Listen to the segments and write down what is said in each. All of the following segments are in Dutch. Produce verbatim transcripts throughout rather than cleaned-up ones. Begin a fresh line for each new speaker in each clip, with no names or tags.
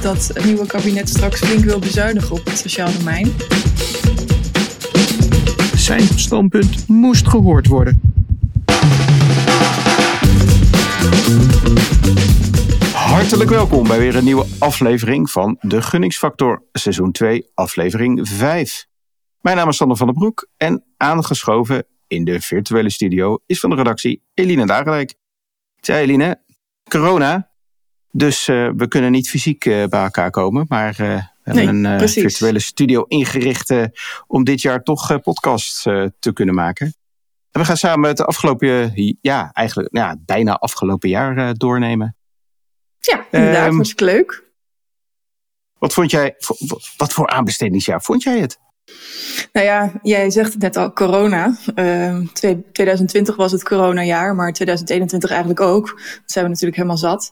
dat het nieuwe kabinet straks flink wil bezuinigen op het sociaal domein.
Zijn standpunt moest gehoord worden. Hartelijk welkom bij weer een nieuwe aflevering van De Gunningsfactor, seizoen twee, aflevering vijf. Mijn naam is Sander van der Broek en aangeschoven in de virtuele studio is van de redactie Eline Dagerijk. Tja Eline, corona, dus uh, we kunnen niet fysiek uh, bij elkaar komen, maar uh, we hebben nee, een uh, virtuele studio ingericht uh, om dit jaar toch uh, podcasts uh, te kunnen maken. En we gaan samen het afgelopen, ja eigenlijk ja, bijna afgelopen jaar uh, doornemen.
Ja, inderdaad, um, hartstikke leuk.
Wat vond jij, wat voor aanbestedingsjaar vond jij het?
Nou ja, jij zegt het net al, corona. Uh, twintig twintig was het coronajaar, maar twintig eenentwintig eigenlijk ook. Dat zijn we natuurlijk helemaal zat.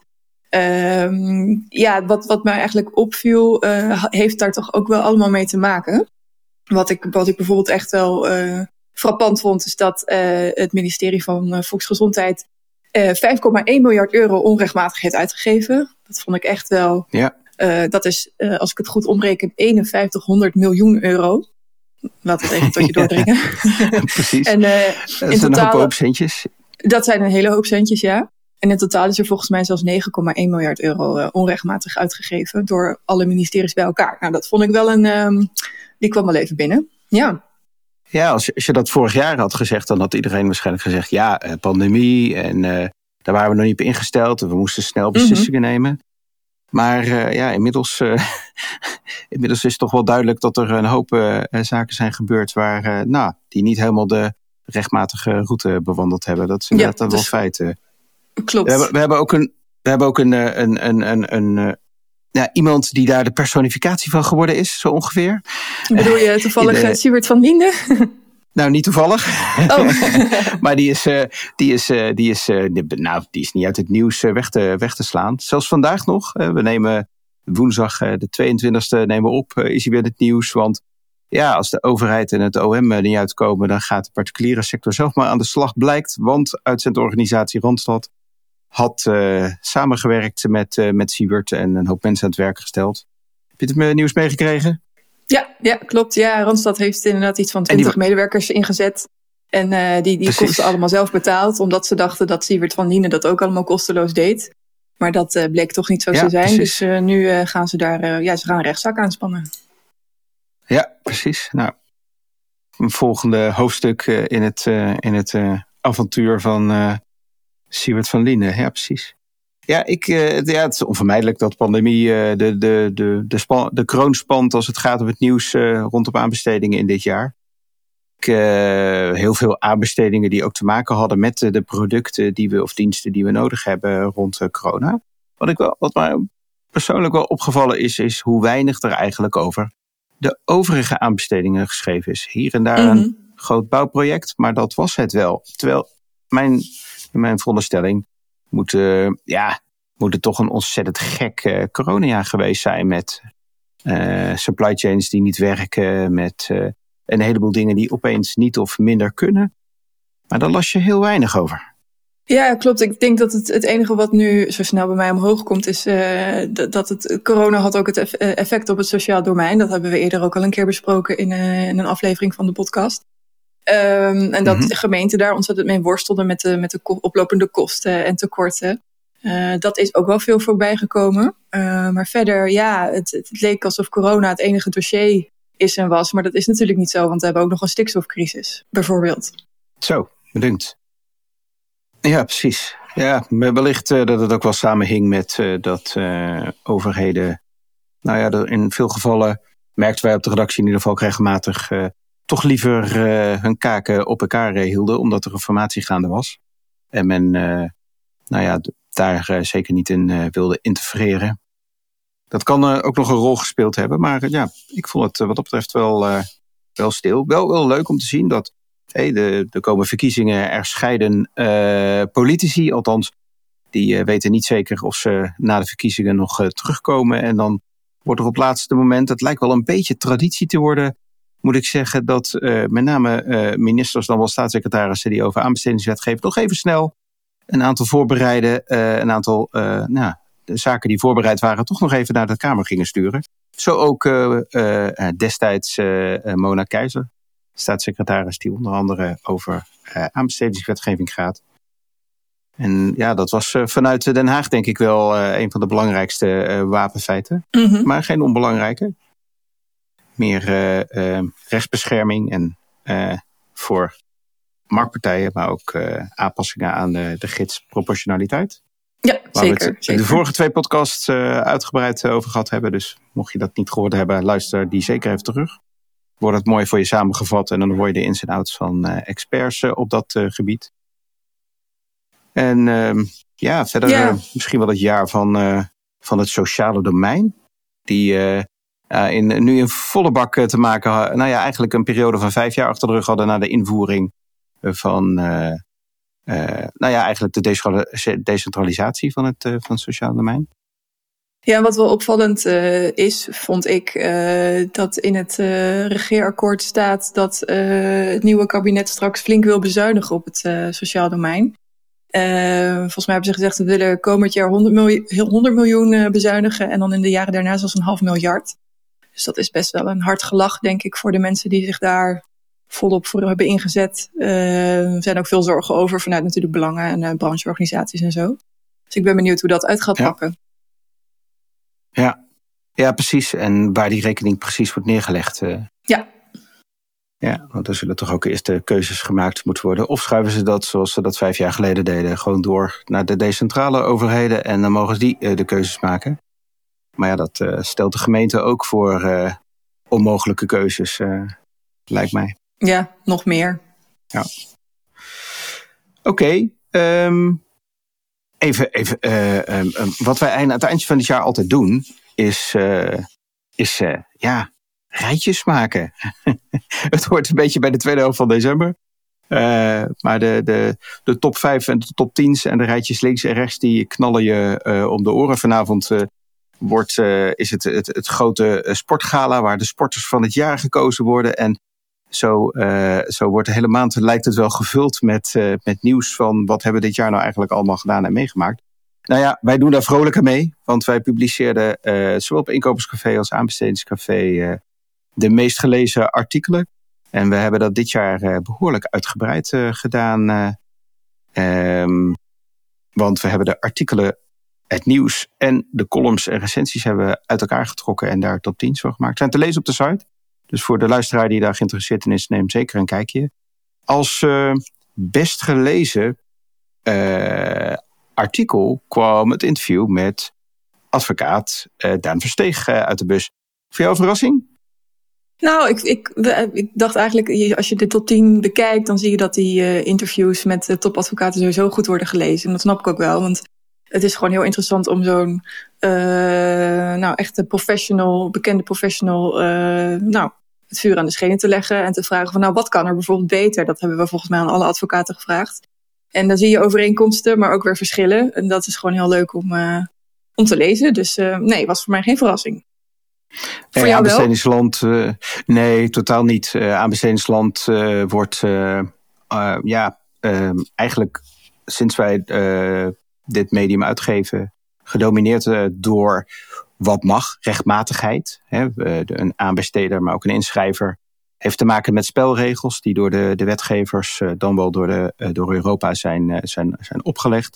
Uh, ja, wat, wat mij eigenlijk opviel, uh, heeft daar toch ook wel allemaal mee te maken. Wat ik, wat ik bijvoorbeeld echt wel uh, frappant vond, is dat uh, het ministerie van uh, Volksgezondheid uh, vijf komma één miljard euro onrechtmatig heeft uitgegeven. Dat vond ik echt wel...
Ja.
Uh, dat is, uh, als ik het goed omreken, eenenvijftighonderd miljoen euro. Laat het even tot je doordringen.
Ja, precies.
En, uh,
dat in zijn totaal, een hoop centjes.
Dat zijn een hele hoop centjes, ja. En in totaal is er volgens mij zelfs negen komma één miljard euro uh, onrechtmatig uitgegeven door alle ministeries bij elkaar. Nou, dat vond ik wel een... Um, die kwam wel even binnen. Ja.
Ja, als je, als je dat vorig jaar had gezegd, dan had iedereen waarschijnlijk gezegd, ja, uh, pandemie en uh, daar waren we nog niet op ingesteld. We moesten snel beslissingen mm-hmm. nemen. Maar uh, ja, inmiddels, uh, inmiddels is het toch wel duidelijk dat er een hoop uh, zaken zijn gebeurd waar, uh, nou, die niet helemaal de rechtmatige route bewandeld hebben. Dat is inderdaad ja, dus, wel feiten.
Klopt.
We hebben, we hebben ook een, we hebben ook een, een, een, een, een, een ja, iemand die daar de personificatie van geworden is, zo ongeveer.
Bedoel je toevallig de, Siewert van Liende?
Nou, niet toevallig.
Oh.
Maar die is, uh, die, is, uh, die, is, uh, die, nou, die is niet uit het nieuws uh, weg, te, weg te slaan. Zelfs vandaag nog. Uh, we nemen woensdag uh, de tweeëntwintigste nemen we op. Uh, is hij weer het nieuws. Want ja, als de overheid en het O M uh, niet uitkomen, dan gaat de particuliere sector zelf maar aan de slag. Blijkt, want uitzendorganisatie Randstad had uh, samengewerkt met, uh, met Siewert en een hoop mensen aan het werk gesteld. Heb je het uh, nieuws meegekregen?
Ja, ja, klopt. Ja, Randstad heeft inderdaad iets van twintig die... medewerkers ingezet. En uh, die, die kosten allemaal zelf betaald. Omdat ze dachten dat Siewert van Liene dat ook allemaal kosteloos deed. Maar dat uh, bleek toch niet zo ja, te zijn. Precies. Dus uh, nu uh, gaan ze daar uh, ja, ze gaan een rechtszaak aanspannen.
Ja, precies. Nou, een volgende hoofdstuk uh, in het, uh, in het uh, avontuur van uh, Siewert van Liene. Ja, precies. Ja, ik, uh, ja, het is onvermijdelijk dat pandemie uh, de, de, de, de, span, de kroon spant als het gaat om het nieuws uh, rondom aanbestedingen in dit jaar. Ik, uh, heel veel aanbestedingen die ook te maken hadden met uh, de producten die we, of diensten die we nodig hebben rond uh, corona. Wat, ik wel, wat mij persoonlijk wel opgevallen is, is hoe weinig er eigenlijk over de overige aanbestedingen geschreven is. Hier en daar mm-hmm. een groot bouwproject, maar dat was het wel. Terwijl mijn, mijn veronderstelling moet, uh, ja, moet het toch een ontzettend gek uh, coronajaar geweest zijn met uh, supply chains die niet werken, met uh, een heleboel dingen die opeens niet of minder kunnen. Maar daar las je heel weinig over.
Ja, klopt. Ik denk dat het, het enige wat nu zo snel bij mij omhoog komt is uh, dat het corona had ook het effect op het sociaal domein. Dat hebben we eerder ook al een keer besproken in, uh, in een aflevering van de podcast. Um, en dat mm-hmm. de gemeente daar ontzettend mee worstelde met de, met de ko- oplopende kosten en tekorten. Uh, dat is ook wel veel voorbij gekomen. Uh, maar verder, ja, het, het leek alsof corona het enige dossier is en was. Maar dat is natuurlijk niet zo, want we hebben ook nog een stikstofcrisis, bijvoorbeeld.
Zo, bedankt. Ja, precies. Ja, wellicht uh, dat het ook wel samenhing met uh, dat uh, overheden... Nou ja, in veel gevallen merkten wij op de redactie in ieder geval regelmatig... Uh, toch liever uh, hun kaken op elkaar uh, hielden, omdat er een formatie gaande was. En men uh, nou ja, daar uh, zeker niet in uh, wilde interfereren. Dat kan uh, ook nog een rol gespeeld hebben, maar uh, ja, ik vond het uh, wat dat betreft wel, uh, wel stil. Wel, wel leuk om te zien dat hey, de, de komen verkiezingen, er scheiden uh, politici, althans, die uh, weten niet zeker of ze na de verkiezingen nog uh, terugkomen. En dan wordt er op het laatste moment, het lijkt wel een beetje traditie te worden, moet ik zeggen dat uh, met name uh, ministers, dan wel staatssecretarissen die over aanbestedingswetgeving nog even snel een aantal voorbereiden, uh, een aantal uh, nou, de zaken die voorbereid waren toch nog even naar de Kamer gingen sturen. Zo ook uh, uh, destijds uh, Mona Keizer, staatssecretaris die onder andere over uh, aanbestedingswetgeving gaat. En ja, dat was uh, vanuit Den Haag denk ik wel uh, een van de belangrijkste uh, wapenfeiten. Mm-hmm. Maar geen onbelangrijke. Meer uh, uh, rechtsbescherming en uh, voor marktpartijen, maar ook uh, aanpassingen aan de, de gids proportionaliteit.
Ja,
waar
zeker.
we het
zeker.
de vorige twee podcasts uh, uitgebreid over gehad hebben. Dus mocht je dat niet gehoord hebben, luister die zeker even terug. Wordt het mooi voor je samengevat en dan hoor je de ins en outs van uh, experts uh, op dat uh, gebied. En uh, ja, verder ja. Uh, misschien wel het jaar van, uh, van het sociale domein. Die uh, uh, in, nu in volle bak uh, te maken hadden. Nou ja, eigenlijk een periode van vijf jaar achter de rug hadden na de invoering van uh, uh, nou ja, eigenlijk de decentralisatie van het, uh, van het sociale domein.
Ja, wat wel opvallend uh, is, vond ik, uh, dat in het uh, regeerakkoord staat dat uh, het nieuwe kabinet straks flink wil bezuinigen op het uh, sociaal domein. Uh, volgens mij hebben ze gezegd, we willen komend jaar honderd miljoen uh, bezuinigen en dan in de jaren daarna zelfs een half miljard. Dus dat is best wel een hard gelach, denk ik, voor de mensen die zich daar volop voor hebben ingezet. Uh, er zijn ook veel zorgen over vanuit natuurlijk belangen en uh, brancheorganisaties en zo. Dus ik ben benieuwd hoe dat uit gaat ja. pakken.
Ja. ja, precies. En waar die rekening precies wordt neergelegd. Uh.
Ja.
Ja, want er zullen toch ook eerst de keuzes gemaakt moeten worden. Of schuiven ze dat, zoals ze dat vijf jaar geleden deden, gewoon door naar de decentrale overheden. En dan mogen die uh, de keuzes maken. Maar ja, dat uh, stelt de gemeente ook voor uh, onmogelijke keuzes, uh, lijkt mij.
Ja, nog meer.
Ja. Oké. Okay, um, even, even uh, um, um, wat wij aan het eindje van het jaar altijd doen, is, uh, is uh, ja, rijtjes maken. Het hoort een beetje bij de tweede helft van december. Uh, maar de, de, de top vijf en de top tien's en de rijtjes links en rechts, die knallen je uh, om de oren. Vanavond uh, wordt, uh, is het, het, het grote sportgala waar de sporters van het jaar gekozen worden. En zo, uh, zo wordt de hele maand, lijkt het wel, gevuld met, uh, met nieuws van wat hebben we dit jaar nou eigenlijk allemaal gedaan en meegemaakt. Nou ja, wij doen daar vrolijk aan mee, want wij publiceerden uh, zowel op Inkoperscafé als Aanbestedingscafé uh, de meest gelezen artikelen. En we hebben dat dit jaar uh, behoorlijk uitgebreid uh, gedaan. Uh, um, want we hebben de artikelen, het nieuws en de columns en recensies hebben we uit elkaar getrokken en daar top tien voor gemaakt. Zijn te lezen op de site. Dus voor de luisteraar die daar geïnteresseerd in is, neem zeker een kijkje. Als uh, best gelezen uh, artikel kwam het interview met advocaat uh, Daan Versteeg uh, uit de bus. Voor jou een verrassing?
Nou, ik, ik, ik dacht eigenlijk, als je de top tien bekijkt, dan zie je dat die uh, interviews met uh, topadvocaten sowieso goed worden gelezen. En dat snap ik ook wel, want het is gewoon heel interessant om zo'n uh, nou, echte professional, bekende professional, uh, nou, het vuur aan de schenen te leggen en te vragen van, nou, wat kan er bijvoorbeeld beter? Dat hebben we volgens mij aan alle advocaten gevraagd. En dan zie je overeenkomsten, maar ook weer verschillen. En dat is gewoon heel leuk om, uh, om te lezen. Dus uh, nee, was voor mij geen verrassing. Voor jou
aanbestedingsland, uh, nee, totaal niet. Uh, aanbestedingsland uh, wordt uh, uh, ja, uh, eigenlijk sinds wij uh, dit medium uitgeven gedomineerd uh, door wat mag, rechtmatigheid. Hè. Uh, een aanbesteder, maar ook een inschrijver heeft te maken met spelregels die door de, de wetgevers uh, dan wel door, de, uh, door Europa zijn, uh, zijn, zijn opgelegd.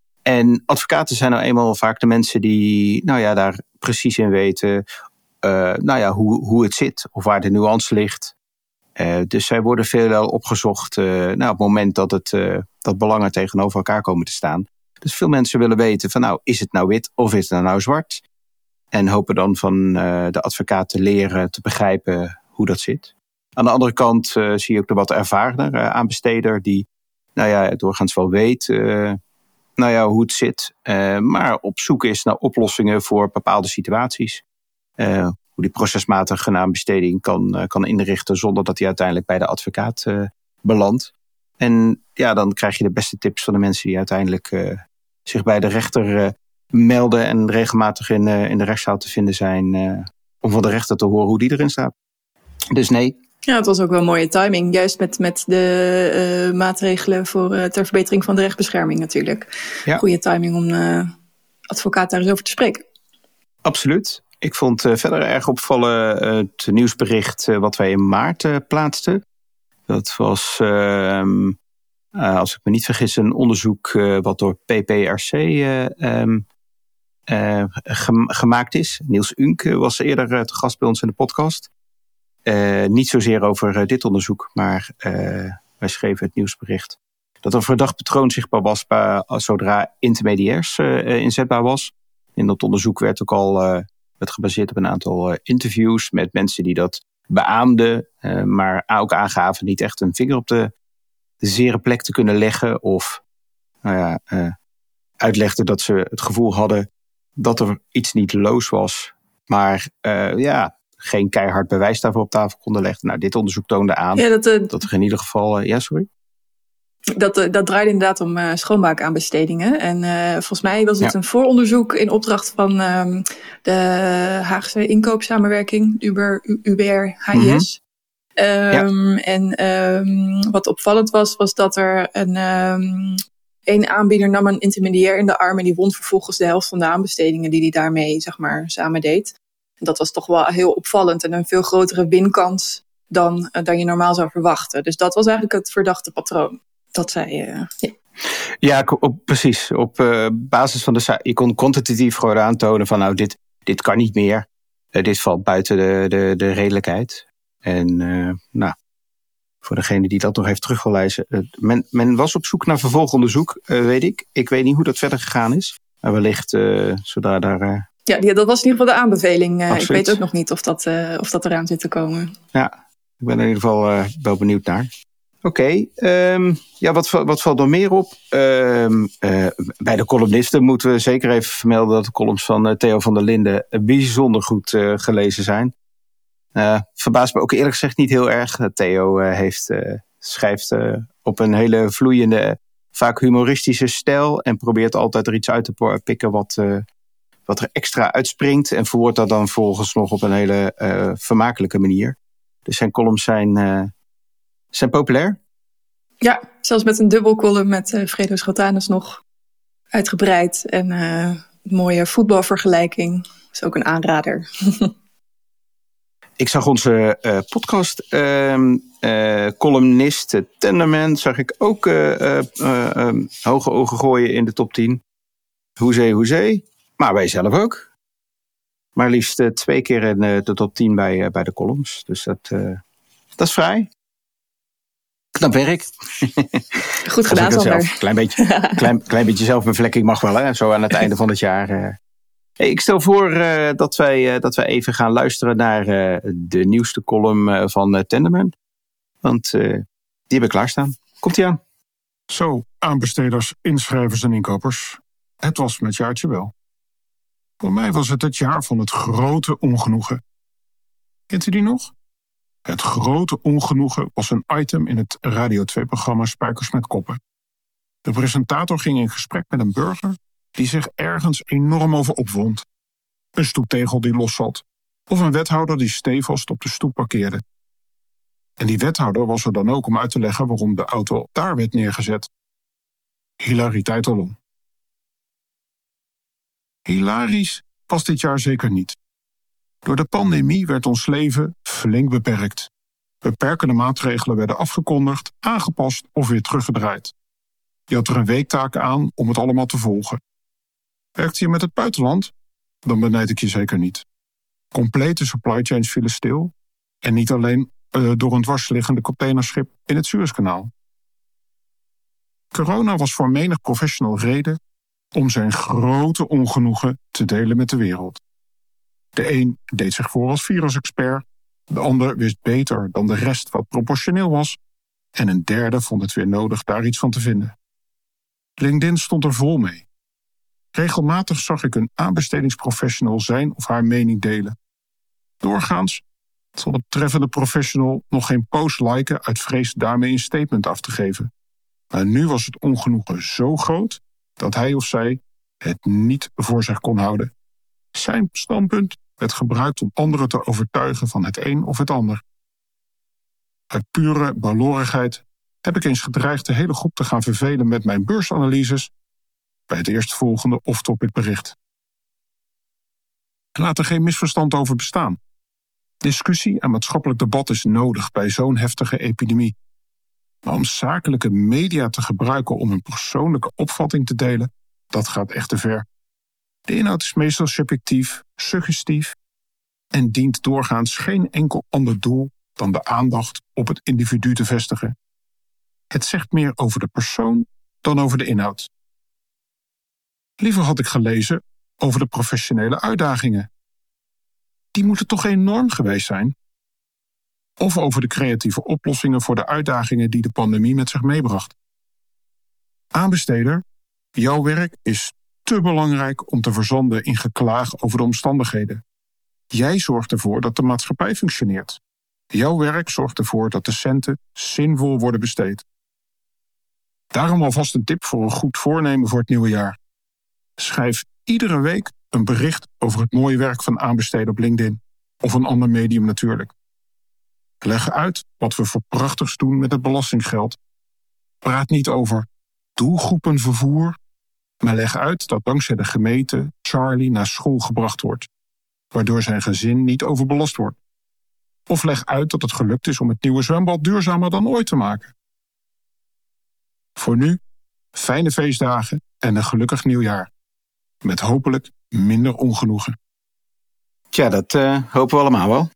En advocaten zijn nou eenmaal vaak de mensen die nou ja, daar precies in weten Uh, nou ja, hoe, hoe het zit of waar de nuance ligt. Uh, dus zij worden veelal opgezocht uh, nou, op het moment dat, het, uh, dat belangen tegenover elkaar komen te staan. Dus veel mensen willen weten van nou, is het nou wit of is het nou zwart? En hopen dan van uh, de advocaat te leren, te begrijpen hoe dat zit. Aan de andere kant uh, zie je ook de wat ervarener uh, aanbesteder die nou ja, doorgaans wel weet uh, nou ja, hoe het zit. Uh, maar op zoek is naar oplossingen voor bepaalde situaties. Uh, hoe die procesmatige aanbesteding kan, uh, kan inrichten zonder dat die uiteindelijk bij de advocaat uh, belandt. En ja, dan krijg je de beste tips van de mensen die uiteindelijk uh, zich bij de rechter uh, melden en regelmatig in, uh, in de rechtszaal te vinden zijn uh, om van de rechter te horen hoe die erin staat. Dus nee.
Ja, het was ook wel mooie timing. Juist met, met de uh, maatregelen voor, uh, ter verbetering van de rechtsbescherming natuurlijk. Ja. Goede timing om uh, advocaat daar eens over te spreken.
Absoluut. Ik vond uh, verder erg opvallen uh, het nieuwsbericht uh, wat wij in maart uh, plaatsten. Dat was, uh, um, uh, als ik me niet vergis, een onderzoek uh, wat door P P R C uh, um, uh, gem- gemaakt is. Niels Unk was eerder uh, te gast bij ons in de podcast. Uh, niet zozeer over uh, dit onderzoek, maar uh, wij schreven het nieuwsbericht dat een verdacht patroon zichtbaar was bij, uh, zodra intermediairs uh, inzetbaar was. In dat onderzoek werd ook al uh, werd gebaseerd op een aantal uh, interviews met mensen die dat beaamden, uh, maar ook aangaven niet echt een vinger op de, de zere plek te kunnen leggen of nou ja, uh, uitlegden dat ze het gevoel hadden dat er iets niet loos was, maar uh, ja, geen keihard bewijs daarvoor op tafel konden leggen. Nou, dit onderzoek toonde aan ja, dat, uh, dat er in ieder geval... Uh, ja, sorry?
Dat, dat draaide inderdaad om uh, schoonmaakaanbestedingen. En uh, volgens mij was het ja. een vooronderzoek in opdracht van um, de Haagse inkooppsamenwerking, Uber, U B R H I S. Mm-hmm. Um, ja. En um, wat opvallend was, was dat er een, um, een aanbieder nam een intermediair in de arm en die won vervolgens de helft van de aanbestedingen die hij daarmee, zeg maar, samen deed. En dat was toch wel heel opvallend en een veel grotere winkans dan, uh, dan je normaal zou verwachten. Dus dat was eigenlijk het verdachte patroon. Dat zij, uh, ja.
Ja, op, precies. Op uh, basis van de... Je kon kwantitatief gewoon aantonen van nou, dit, dit kan niet meer. Uh, dit valt buiten de, de, de redelijkheid. En uh, nou, voor degene die dat nog heeft terug wil lezen. Uh, men, men was op zoek naar vervolgonderzoek, uh, weet ik. Ik weet niet hoe dat verder gegaan is. Maar wellicht, uh, zodra daar... Uh,
ja, die, dat was in ieder geval de aanbeveling. Uh, ik weet ook nog niet of dat, uh, of dat eraan zit te komen.
Ja, ik ben er in ieder geval uh, wel benieuwd naar. Oké, okay, um, ja, wat, wat valt er meer op? Um, uh, bij de columnisten moeten we zeker even vermelden dat de columns van uh, Theo van der Linden bijzonder goed uh, gelezen zijn. Uh, verbaast me ook eerlijk gezegd niet heel erg. Theo uh, heeft, uh, schrijft uh, op een hele vloeiende, vaak humoristische stijl en probeert altijd er iets uit te pikken wat, uh, wat er extra uitspringt en verwoordt dat dan volgens nog op een hele uh, vermakelijke manier. Dus zijn columns zijn... Uh, Zijn populair?
Ja, zelfs met een dubbel column met uh, Fredo Schotanus nog uitgebreid. En uh, een mooie voetbalvergelijking. Dat is ook een aanrader.
Ik zag onze uh, podcast uh, uh, columnist uh, Tenderman zag ik ook uh, uh, uh, uh, hoge ogen gooien in de top tien. Hoezee, hoezee. Maar wij zelf ook. Maar liefst uh, twee keer in uh, de top tien bij, uh, bij de columns. Dus dat, uh, dat is vrij. Knap werk.
Goed gedaan, Sander.
Klein beetje, klein, klein beetje zelfbevlekking mag wel, hè? Zo aan het einde van het jaar. Uh. Hey, ik stel voor uh, dat, wij, uh, dat wij even gaan luisteren naar uh, de nieuwste column uh, van uh, Tenderman. Want uh, die hebben we klaarstaan. Komt-ie aan.
Zo, aanbesteders, inschrijvers en inkopers. Het was met jaartje wel. Voor mij was het het jaar van het grote ongenoegen. Kent u die nog? Het grote ongenoegen was een item in het Radio twee-programma Spijkers met Koppen. De presentator ging in gesprek met een burger die zich ergens enorm over opwond. Een stoeptegel die los zat, of een wethouder die stevast op de stoep parkeerde. En die wethouder was er dan ook om uit te leggen waarom de auto daar werd neergezet. Hilariteit alom. Hilarisch was dit jaar zeker niet. Door de pandemie werd ons leven flink beperkt. Beperkende maatregelen werden afgekondigd, aangepast of weer teruggedraaid. Je had er een weektaak aan om het allemaal te volgen. Werkte je met het buitenland? Dan benijd ik je zeker niet. Complete supply chains vielen stil. En niet alleen uh, door een dwarsliggende containerschip in het Suezkanaal. Corona was voor menig professional reden om zijn grote ongenoegen te delen met de wereld. De een deed zich voor als virusexpert, de ander wist beter dan de rest wat proportioneel was en een derde vond het weer nodig daar iets van te vinden. LinkedIn stond er vol mee. Regelmatig zag ik een aanbestedingsprofessional zijn of haar mening delen. Doorgaans zal de betreffende professional nog geen post liken uit vrees daarmee een statement af te geven. Maar nu was het ongenoegen zo groot dat hij of zij het niet voor zich kon houden. Zijn standpunt werd gebruikt om anderen te overtuigen van het een of het ander. Uit pure balorigheid heb ik eens gedreigd de hele groep te gaan vervelen met mijn beursanalyses bij het eerstvolgende off-topic bericht. En laat er geen misverstand over bestaan. Discussie en maatschappelijk debat is nodig bij zo'n heftige epidemie. Maar om zakelijke media te gebruiken om een persoonlijke opvatting te delen, dat gaat echt te ver. De inhoud is meestal subjectief, suggestief en dient doorgaans geen enkel ander doel dan de aandacht op het individu te vestigen. Het zegt meer over de persoon dan over de inhoud. Liever had ik gelezen over de professionele uitdagingen. Die moeten toch enorm geweest zijn? Of over de creatieve oplossingen voor de uitdagingen die de pandemie met zich meebracht. Aanbesteder, jouw werk is te belangrijk om te verzanden in geklaag over de omstandigheden. Jij zorgt ervoor dat de maatschappij functioneert. Jouw werk zorgt ervoor dat de centen zinvol worden besteed. Daarom alvast een tip voor een goed voornemen voor het nieuwe jaar. Schrijf iedere week een bericht over het mooie werk van aanbesteden op LinkedIn. Of een ander medium natuurlijk. Leg uit wat we voor prachtigs doen met het belastinggeld. Praat niet over doelgroepenvervoer, maar leg uit dat dankzij de gemeente Charlie naar school gebracht wordt, waardoor zijn gezin niet overbelast wordt. Of leg uit dat het gelukt is om het nieuwe zwembad duurzamer dan ooit te maken. Voor nu, fijne feestdagen en een gelukkig nieuwjaar. Met hopelijk minder ongenoegen.
Tja, dat uh, hopen we allemaal wel.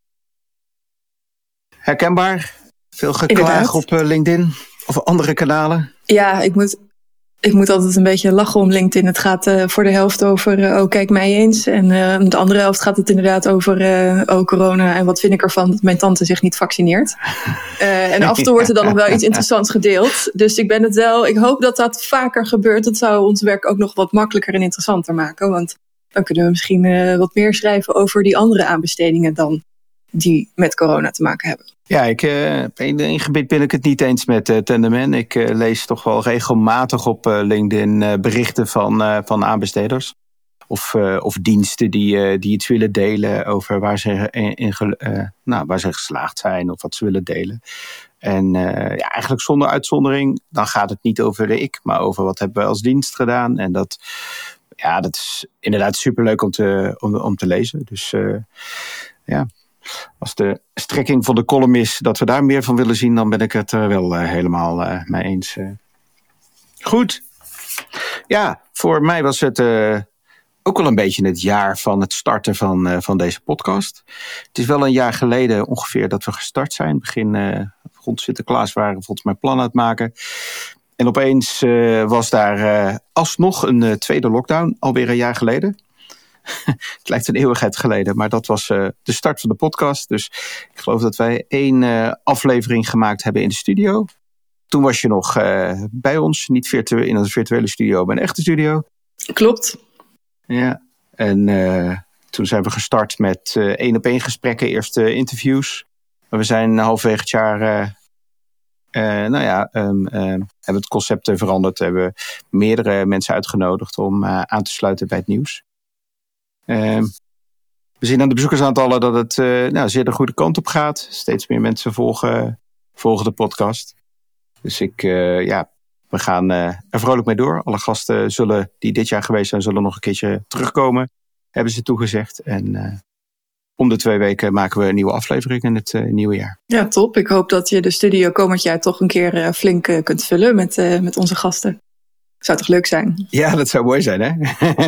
Herkenbaar? Veel geklaag op uh, LinkedIn of andere kanalen?
Ja, ik moet, ik moet altijd een beetje lachen om LinkedIn. Het gaat uh, voor de helft over, uh, oh kijk mij eens. En uh, de andere helft gaat het inderdaad over, uh, oh corona en wat vind ik ervan dat mijn tante zich niet vaccineert. Uh, en af en toe wordt er dan nog wel iets interessants gedeeld. Dus ik ben het wel, ik hoop dat dat vaker gebeurt. Dat zou ons werk ook nog wat makkelijker en interessanter maken. Want dan kunnen we misschien uh, wat meer schrijven over die andere aanbestedingen dan die met corona te maken hebben.
Ja, ik, uh, in één gebied ben ik het niet eens met uh, Tendemen. Ik uh, lees toch wel regelmatig op uh, LinkedIn uh, berichten van, uh, van aanbesteders. Of, uh, of diensten die, uh, die iets willen delen over waar ze, in, in, uh, nou, waar ze geslaagd zijn of wat ze willen delen. En uh, ja, eigenlijk zonder uitzondering, dan gaat het niet over de ik, maar over wat hebben we als dienst gedaan. En dat, ja, dat is inderdaad superleuk om te, om, om te lezen. Dus uh, ja... Als de strekking van de column is dat we daar meer van willen zien, dan ben ik het er wel uh, helemaal uh, mee eens. Uh. Goed. Ja, voor mij was het uh, ook wel een beetje het jaar van het starten van, uh, van deze podcast. Het is wel een jaar geleden ongeveer dat we gestart zijn. Begin uh, rond Sinterklaas waren we volgens mij plannen aan het maken. En opeens uh, was daar uh, alsnog een uh, tweede lockdown, alweer een jaar geleden. Het lijkt een eeuwigheid geleden, maar dat was uh, de start van de podcast. Dus ik geloof dat wij één uh, aflevering gemaakt hebben in de studio. Toen was je nog uh, bij ons, niet virtu- in een virtuele studio, maar een echte studio.
Klopt. Ja.
En uh, toen zijn we gestart met uh, één op één gesprekken, eerste interviews. Maar we zijn halverwege het jaar, uh, uh, nou ja, um, uh, hebben het concept veranderd. Hebben meerdere mensen uitgenodigd om uh, aan te sluiten bij het nieuws. Uh, we zien aan de bezoekersaantallen dat het uh, nou, zeer de goede kant op gaat. Steeds meer mensen volgen, volgen de podcast. Dus ik, uh, ja, we gaan uh, er vrolijk mee door. Alle gasten zullen, die dit jaar geweest zijn, zullen nog een keertje terugkomen. Hebben ze toegezegd. En uh, om de twee weken maken we een nieuwe aflevering in het uh, nieuwe jaar.
Ja, top. Ik hoop dat je de studio komend jaar toch een keer uh, flink uh, kunt vullen met, uh, met onze gasten. Zou toch leuk zijn?
Ja, dat zou mooi zijn, hè?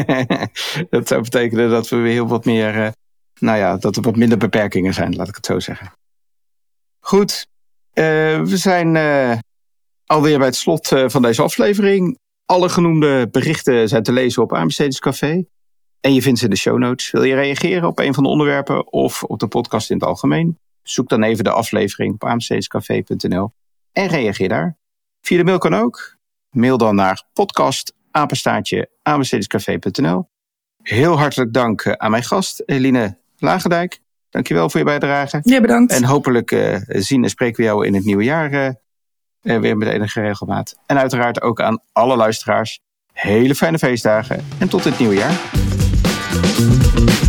Dat zou betekenen dat we weer heel wat meer, uh, nou ja, dat er wat minder beperkingen zijn, laat ik het zo zeggen. Goed, uh, we zijn uh, alweer bij het slot uh, van deze aflevering. Alle genoemde berichten zijn te lezen op Aanbestedingscafé. En je vindt ze in de show notes. Wil je reageren op een van de onderwerpen of op de podcast in het algemeen? Zoek dan even de aflevering op aanbestedingscafé punt n l en reageer daar. Via de mail kan ook. Mail dan naar podcast apenstaartje aanbestedingscafé punt n l. Heel hartelijk dank aan mijn gast, Eline Lagendijk. Dankjewel voor je bijdrage.
Ja, bedankt.
En hopelijk uh, zien en spreken we jou in het nieuwe jaar uh, uh, weer met enige regelmaat. En uiteraard ook aan alle luisteraars. Hele fijne feestdagen en tot het nieuwe jaar.